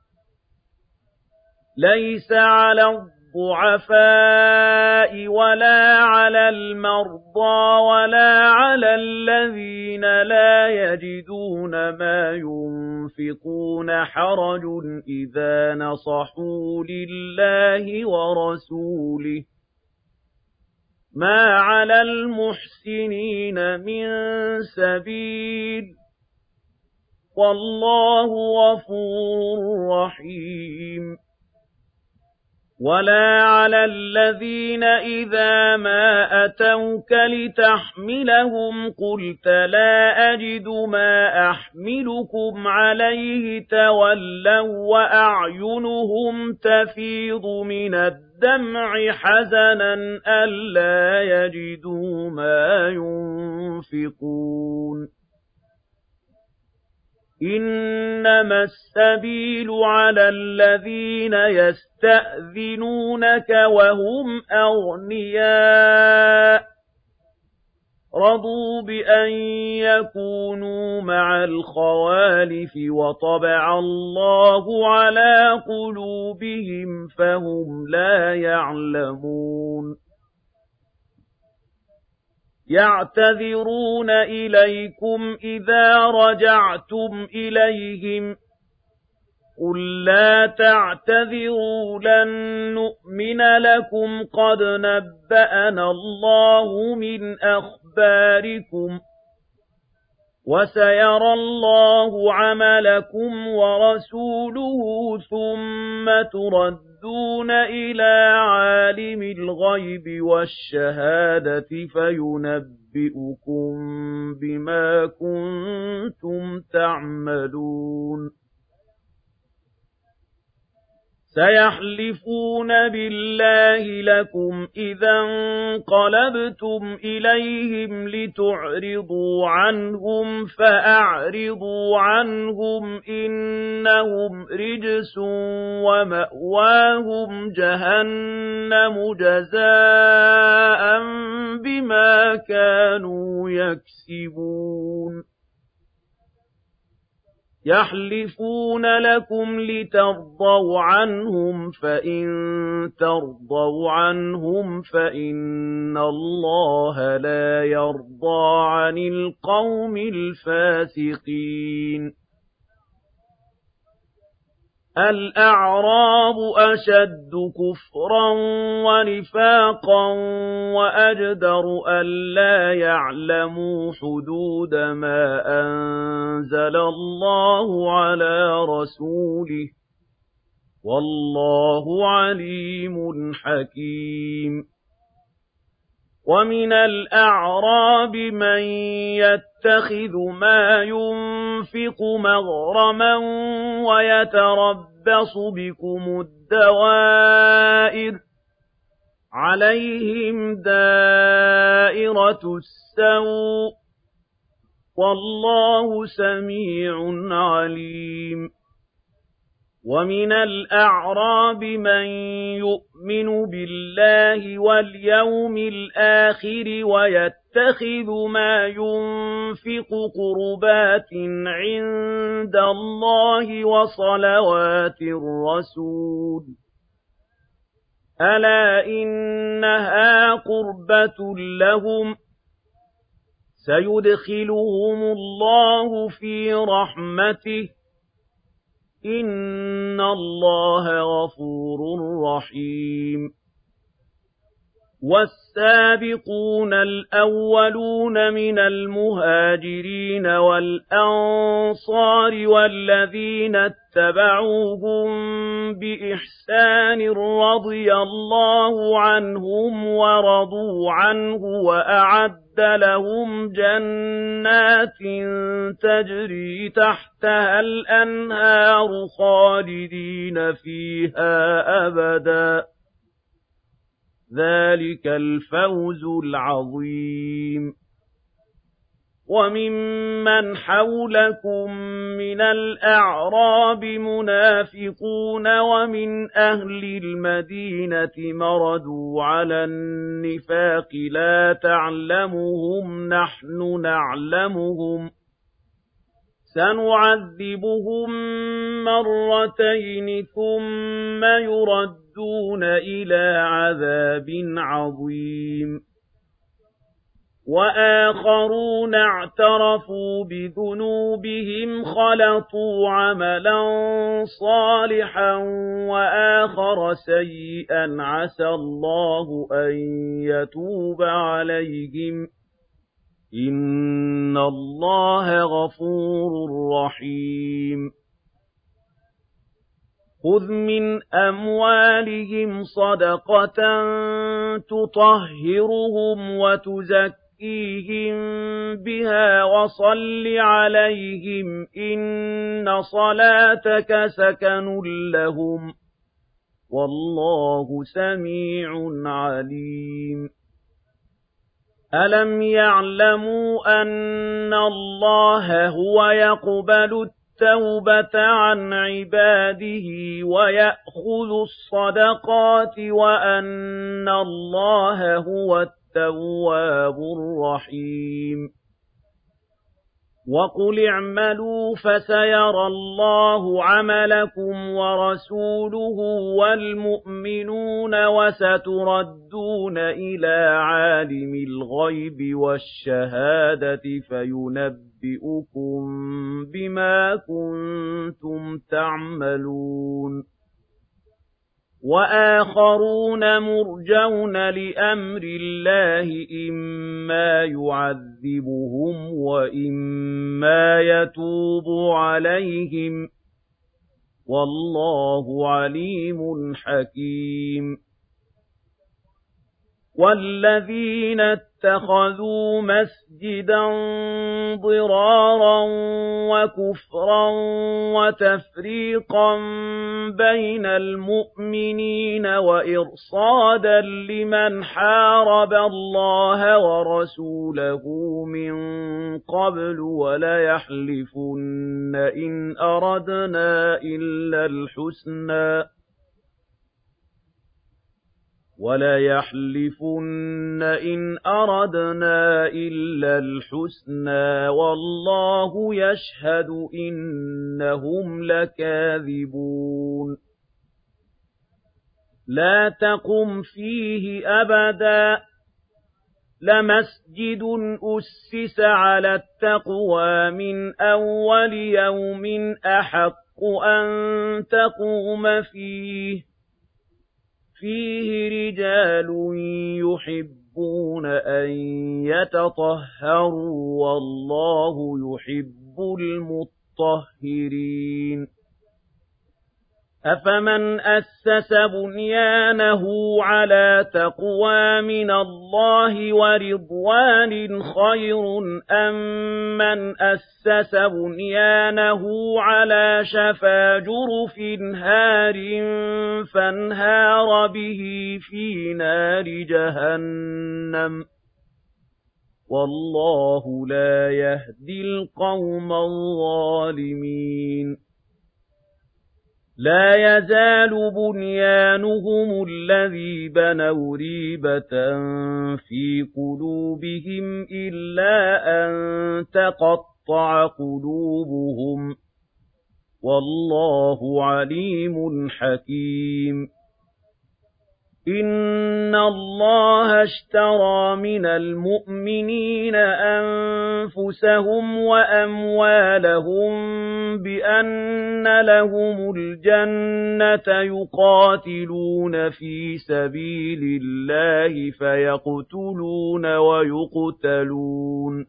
ليس على الضعفاء ولا على المرضى ولا على الذين لا يجدون ما ينفقون حرج إذا نصحوا لله ورسوله ما على المحسنين من سبيل والله غفور رحيم ولا على الذين إذا ما أتوك لتحملهم قلت لا أجد ما أحملكم عليه تولوا وأعينهم تفيض من الدمع حزنا ألا يجدوا ما ينفقون إنما السبيل على الذين يستأذنونك وهم أغنياء رضوا بأن يكونوا مع الخوالف وطبع الله على قلوبهم فهم لا يعلمون يعتذرون إليكم إذا رجعتم إليهم قل لا تعتذروا لن نؤمن لكم قد نبأنا الله من أخباركم وَسَيَرَى اللَّهُ عَمَلَكُمْ وَرَسُولُهُ ثُمَّ تُرَدُّونَ إِلَى عَالِمِ الْغَيْبِ وَالشَّهَادَةِ فَيُنَبِّئُكُم بِمَا كُنتُمْ تَعْمَلُونَ سَيَحْلِفُونَ بِاللَّهِ لَكُمْ إِذَا انقَلَبْتُمْ إِلَيْهِمْ لِتُعْرِضُوا عَنْهُمْ فَأَعْرِضُوا عَنْهُمْ إِنَّهُمْ رِجْسٌ وَمَأْوَاهُمْ جَهَنَّمُ جَزَاءً بِمَا كَانُوا يَكْسِبُونَ يَحْلِفُونَ لَكُمْ لِتَرْضَوْا عَنْهُمْ فَإِن تَرْضَوْا عَنْهُمْ فَإِنَّ اللَّهَ لَا يَرْضَىٰ عَنِ الْقَوْمِ الْفَاسِقِينَ الْأَعْرَابُ أَشَدُّ كُفْرًا وَنِفَاقًا وَأَجْدَرُ أَلَّا يَعْلَمُوا حُدُودَ مَا أَنزَلَ اللَّهُ عَلَىٰ رَسُولِهِ ۗ وَاللَّهُ عَلِيمٌ حَكِيمٌ وَمِنَ الْأَعْرَابِ مَن يَتَّخِذُ مَا يُنفِقُ مَغْرَمًا وَيَتَرَبَّصُ بِكُمُ الدَّوَائِرَ ۚ عَلَيْهِمْ دَائِرَةُ السَّوْءِ ۗ وَاللَّهُ سَمِيعٌ عَلِيمٌ وَمِنَ الْأَعْرَابِ مَن يُؤْمِنُ بِاللَّهِ وَالْيَوْمِ الْآخِرِ وَيَتَّخِذُ مَا يُنفِقُ قُرُبَاتٍ عِندَ اللَّهِ وَصَلَوَاتِ الرَّسُولِ ۚ أَلَا إِنَّهَا قُرْبَةٌ لَّهُمْ ۚ سَيُدْخِلُهُمُ اللَّهُ فِي رَحْمَتِهِ ۗ إِنَّ اللَّهَ غَفُورٌ رَّحِيمٌ وَالسَّابِقُونَ الْأَوَّلُونَ مِنَ الْمُهَاجِرِينَ وَالْأَنصَارِ وَالَّذِينَ اتَّبَعُوهُم بِإِحْسَانٍ رَّضِيَ اللَّهُ عَنْهُمْ وَرَضُوا عَنْهُ وَأَعَدَّ لَهُمْ جَنَّاتٍ تَجْرِي تَحْتَهَا الْأَنْهَارُ خَالِدِينَ فِيهَا أَبَدًا ۚ ذَلِكَ الْفَوْزُ الْعَظِيمُ وَمِمَّنْ حَوْلَكُم مِّنَ الْأَعْرَابِ مُنَافِقُونَ وَمِنْ أَهْلِ الْمَدِينَةِ مَرَدُوا عَلَى النِّفَاقِ لَا تَعْلَمُهُمْ نَحْنُ نَعْلَمُهُمْ ۚ سَنُعَذِّبُهُم مَّرَّتَيْنِ ثُمَّ يُرَدُّونَ إِلَىٰ عَذَابٍ عَظِيمٍ وَآخَرُونَ اعْتَرَفُوا بِذُنُوبِهِمْ خَلَطُوا عَمَلًا صَالِحًا وَآخَرَ سَيِّئًا عَسَى اللَّهُ أَن يَتُوبَ عَلَيْهِمْ ۚ إِنَّ اللَّهَ غَفُورٌ رَّحِيمٌ خُذْ مِنْ أَمْوَالِهِمْ صَدَقَةً تُطَهِّرُهُمْ وَتُزَكِّيهِم بِهَا وَصَلِّ عَلَيْهِمْ ۖ إِنَّ صَلَاتَكَ سَكَنٌ لَّهُمْ ۗ وَاللَّهُ سَمِيعٌ عَلِيمٌ أَلَمْ يَعْلَمُوا أَنَّ اللَّهَ هُوَ يَقْبَلُ التَّوْبَةَ عَنْ عِبَادِهِ وَيَأْخُذُ الصَّدَقَاتِ وَأَنَّ اللَّهَ هُوَ التَّوَّابُ الرَّحِيمُ وَقُلِ اعْمَلُوا فَسَيَرَى اللَّهُ عَمَلَكُمْ وَرَسُولُهُ وَالْمُؤْمِنُونَ وَسَتُرَدُّونَ إِلَىٰ عَالِمِ الْغَيْبِ وَالشَّهَادَةِ فَيُنَبِّئُكُم بِمَا كُنتُمْ تَعْمَلُونَ وآخرون مرجون لأمر الله إما يعذبهم وإما يتوب عليهم والله عليم حكيم والذين اتخذوا مسجدا ضرارا وكفرا وتفريقا بين المؤمنين وإرصادا لمن حارب الله ورسوله من قبل وليحلفن إن أردنا إلا الحسنى وَلَيَحْلِفُنَّ إِنْ أَرَدْنَا إِلَّا الْحُسْنَى وَاللَّهُ يَشْهَدُ إِنَّهُمْ لَكَاذِبُونَ لَا تَقُمْ فِيهِ أَبَدًا لَمَسْجِدٌ أُسِّسَ عَلَى التَّقْوَى مِنْ أَوَّلِ يَوْمٍ أَحَقُّ أَن تَقُومَ فِيهِ فيه رجال يحبون أن يتطهروا والله يحب المطهرين أفمن أسس بنيانه على تقوى من الله ورضوان خير أم من أسس بنيانه على شفا جرف هار فانهار به في نار جهنم والله لا يهدي القوم الظالمين لا يزال بنيانهم الذي بنوا ريبة في قلوبهم إلا أن تقطع قلوبهم والله عليم حكيم إن الله اشترى من المؤمنين أنفسهم وأموالهم بأن لهم الجنة يقاتلون في سبيل الله فيقتلون ويقتلون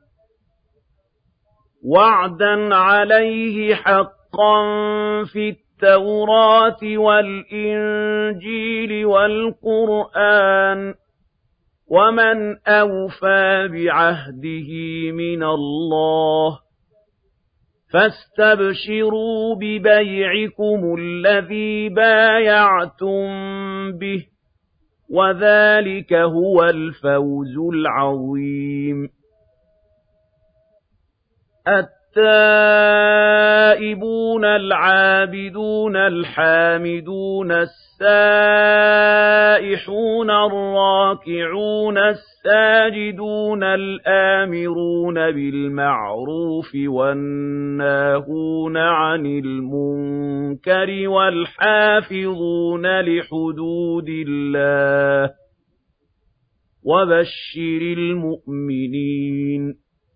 وعدا عليه حقا في التوراة والإنجيل والقرآن ومن أوفى بعهده من الله فاستبشروا ببيعكم الذي بايعتم به وذلك هو الفوز العظيم التائبون العابدون الحامدون السائحون الراكعون الساجدون الآمرون بالمعروف والناهون عن المنكر والحافظون لحدود الله وبشر المؤمنين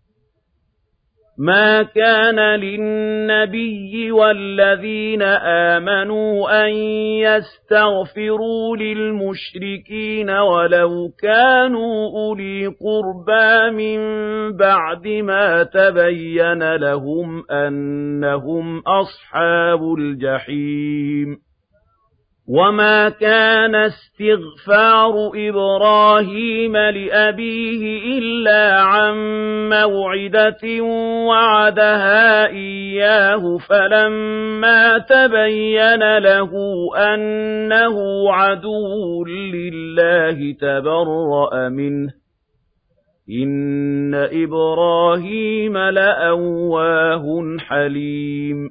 ما كان للنبي والذين آمنوا أن يستغفروا للمشركين ولو كانوا أولي قربى من بعد ما تبين لهم أنهم أصحاب الجحيم وما كان استغفار إبراهيم لأبيه إلا عن موعدة وعدها إياه فلما تبين له أنه عدو لله تبرأ منه إن إبراهيم لأواه حليم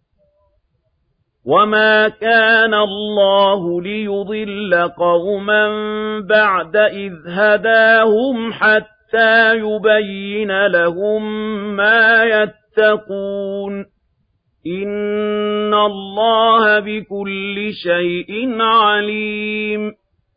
وما كان الله ليضل قوما بعد إذ هداهم حتى يبين لهم ما يتقون إن الله بكل شيء عليم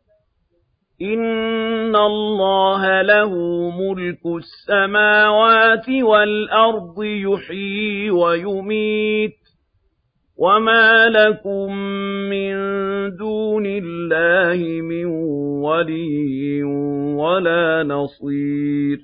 إن الله له ملك السماوات والأرض يحيي ويميت وَمَا لَكُم مِّن دُونِ اللَّهِ مِن وَلِيٍّ وَلَا نَصِيرٍ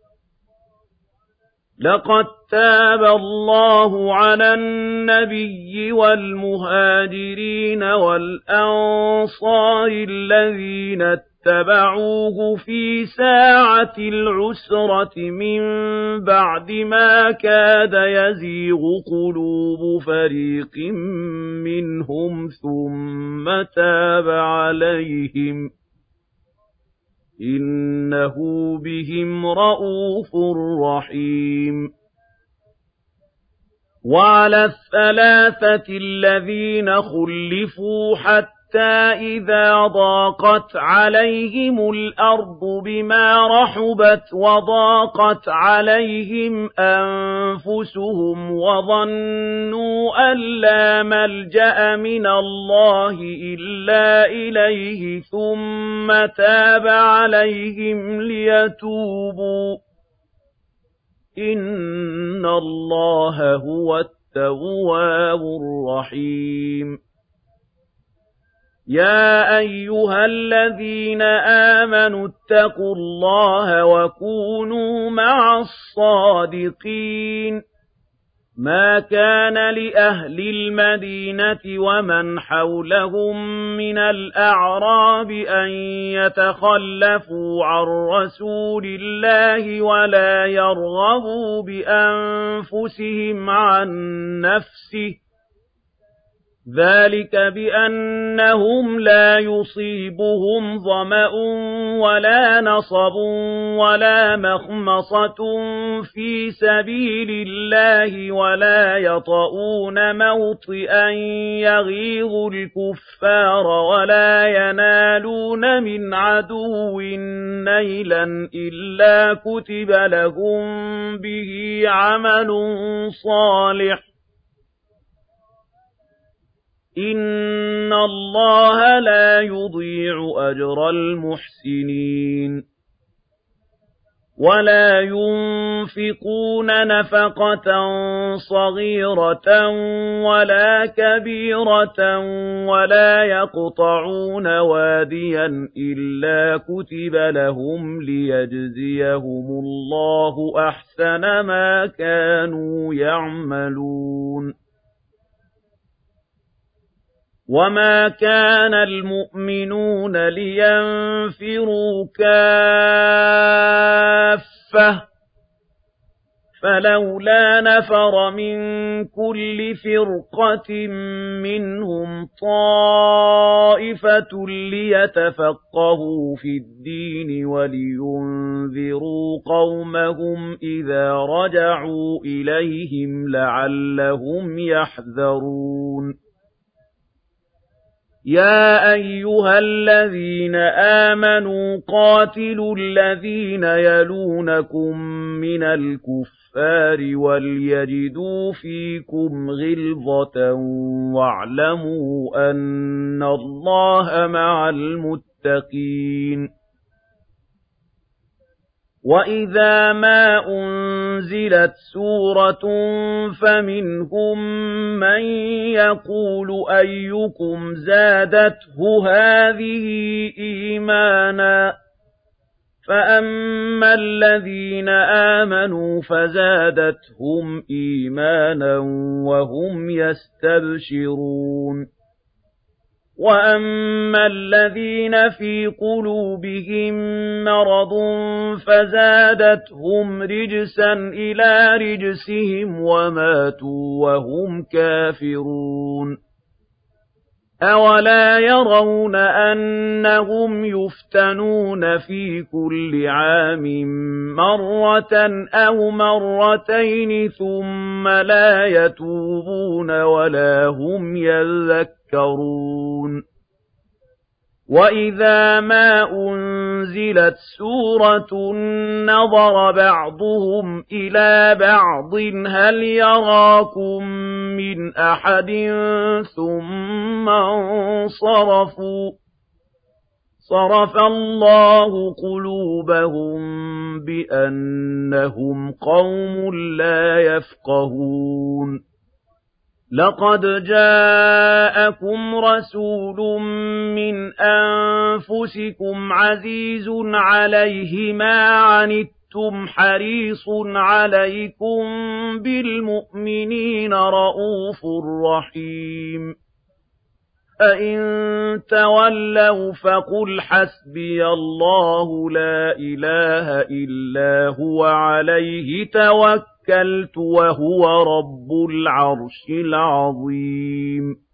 لَقَد تَّابَ اللَّهُ عَلَى النَّبِيِّ وَالْمُهَاجِرِينَ وَالْأَنصَارِ الَّذِينَ اتَّبَعُوهُ فِي سَاعَةِ الْعُسْرَةِ مِن بَعْدِ مَا كَادَ يَزِيغُ قُلُوبُ فَرِيقٍ مِّنْهُمْ ثُمَّ تَابَ عَلَيْهِمْ ۚ إِنَّهُ بِهِمْ رَءُوفٌ رَّحِيمٌ وَعَلَى الثَّلَاثَةِ الَّذِينَ خُلِّفُوا حَتَّىٰ إِذَا ضَاقَتْ عَلَيْهِمُ الْأَرْضُ بِمَا رَحُبَتْ وَضَاقَتْ عَلَيْهِمْ أَنفُسُهُمْ وَظَنُّوا أَن لَّا مَلْجَأَ مِنَ اللَّهِ إِلَّا إِلَيْهِ ثُمَّ تَابَ عَلَيْهِمْ لِيَتُوبُوا ۚ إِنَّ اللَّهَ هُوَ التَّوَّابُ الرَّحِيمُ يَا أَيُّهَا الَّذِينَ آمَنُوا اتَّقُوا اللَّهَ وَكُونُوا مَعَ الصَّادِقِينَ مَا كَانَ لِأَهْلِ الْمَدِينَةِ وَمَنْ حَوْلَهُم مِّنَ الْأَعْرَابِ أَن يَتَخَلَّفُوا عَن رَّسُولِ اللَّهِ وَلَا يَرْغَبُوا بِأَنفُسِهِمْ عَن نَّفْسِهِ ۚ ذَٰلِكَ بِأَنَّهُمْ لَا يُصِيبُهُمْ ظَمَأٌ وَلَا نَصَبٌ وَلَا مَخْمَصَةٌ فِي سَبِيلِ اللَّهِ وَلَا يَطَئُونَ مَوْطِئًا يَغِيظُ الْكُفَّارَ وَلَا يَنَالُونَ مِنْ عَدُوٍّ نَيْلًا إِلَّا كُتِبَ لَهُم بِهِ عَمَلٌ صَالِحٌ ۚ إِنَّ اللَّهَ لَا يُضِيعُ أَجْرَ الْمُحْسِنِينَ وَلَا يُنفِقُونَ نَفَقَةً صَغِيرَةً وَلَا كَبِيرَةً وَلَا يَقْطَعُونَ وَادِيًا إِلَّا كُتِبَ لَهُمْ لِيَجْزِيَهُمُ اللَّهُ أَحْسَنَ مَا كَانُوا يَعْمَلُونَ وَمَا كَانَ الْمُؤْمِنُونَ لِيَنفِرُوا كَافَّةً ۚ فَلَوْلَا نَفَرَ مِن كُلِّ فِرْقَةٍ مِّنْهُمْ طَائِفَةٌ لِّيَتَفَقَّهُوا فِي الدِّينِ وَلِيُنذِرُوا قَوْمَهُمْ إِذَا رَجَعُوا إِلَيْهِمْ لَعَلَّهُمْ يَحْذَرُونَ يَا أَيُّهَا الَّذِينَ آمَنُوا قَاتِلُوا الَّذِينَ يَلُونَكُم مِّنَ الْكُفَّارِ وَلْيَجِدُوا فِيكُمْ غِلْظَةً وَاعْلَمُوا أَنَّ اللَّهَ مَعَ الْمُتَّقِينَ وَإِذَا مَا أُنزِلَتْ سُورَةٌ فَمِنْهُم مَّن يَقُولُ أَيُّكُمْ زَادَتْهُ هَٰذِهِ إِيمَانًا ۚ فَأَمَّا الَّذِينَ آمَنُوا فَزَادَتْهُمْ إِيمَانًا وَهُمْ يَسْتَبْشِرُونَ وَأَمَّا الَّذِينَ فِي قُلُوبِهِم مَّرَضٌ فَزَادَتْهُمْ رِجْسًا إِلَىٰ رِجْسِهِمْ وَمَاتُوا وَهُمْ كَافِرُونَ أَوَلَا يَرَوْنَ أَنَّهُمْ يُفْتَنُونَ فِي كُلِّ عَامٍ مَّرَّةً أَوْ مَرَّتَيْنِ ثُمَّ لَا يَتُوبُونَ وَلَا هُمْ يَذَّكَّرُونَ وَإِذَا مَا أُنزِلَتْ سُورَةٌ نَّظَرَ بَعْضُهُمْ إِلَىٰ بَعْضٍ هَلْ يَرَاكُم مِّنْ أَحَدٍ ثُمَّ انصَرَفُوا ۚ صَرَفَ اللَّهُ قُلُوبَهُم بِأَنَّهُمْ قَوْمٌ لَّا يَفْقَهُونَ لَقَدْ جَاءَكُمْ رَسُولٌ مِّنْ أَنفُسِكُمْ عَزِيزٌ عَلَيْهِ مَا عَنِتُّمْ حَرِيصٌ عَلَيْكُم بِالْمُؤْمِنِينَ رَءُوفٌ رَّحِيمٌ فَإِن تَوَلَّوْا فَقُلْ حَسْبِيَ اللَّهُ لَا إِلَٰهَ إِلَّا هُوَ عَلَيْهِ تَوَكَّلْتُ وَهُوَ رَبُّ الْعَرْشِ الْعَظِيمِ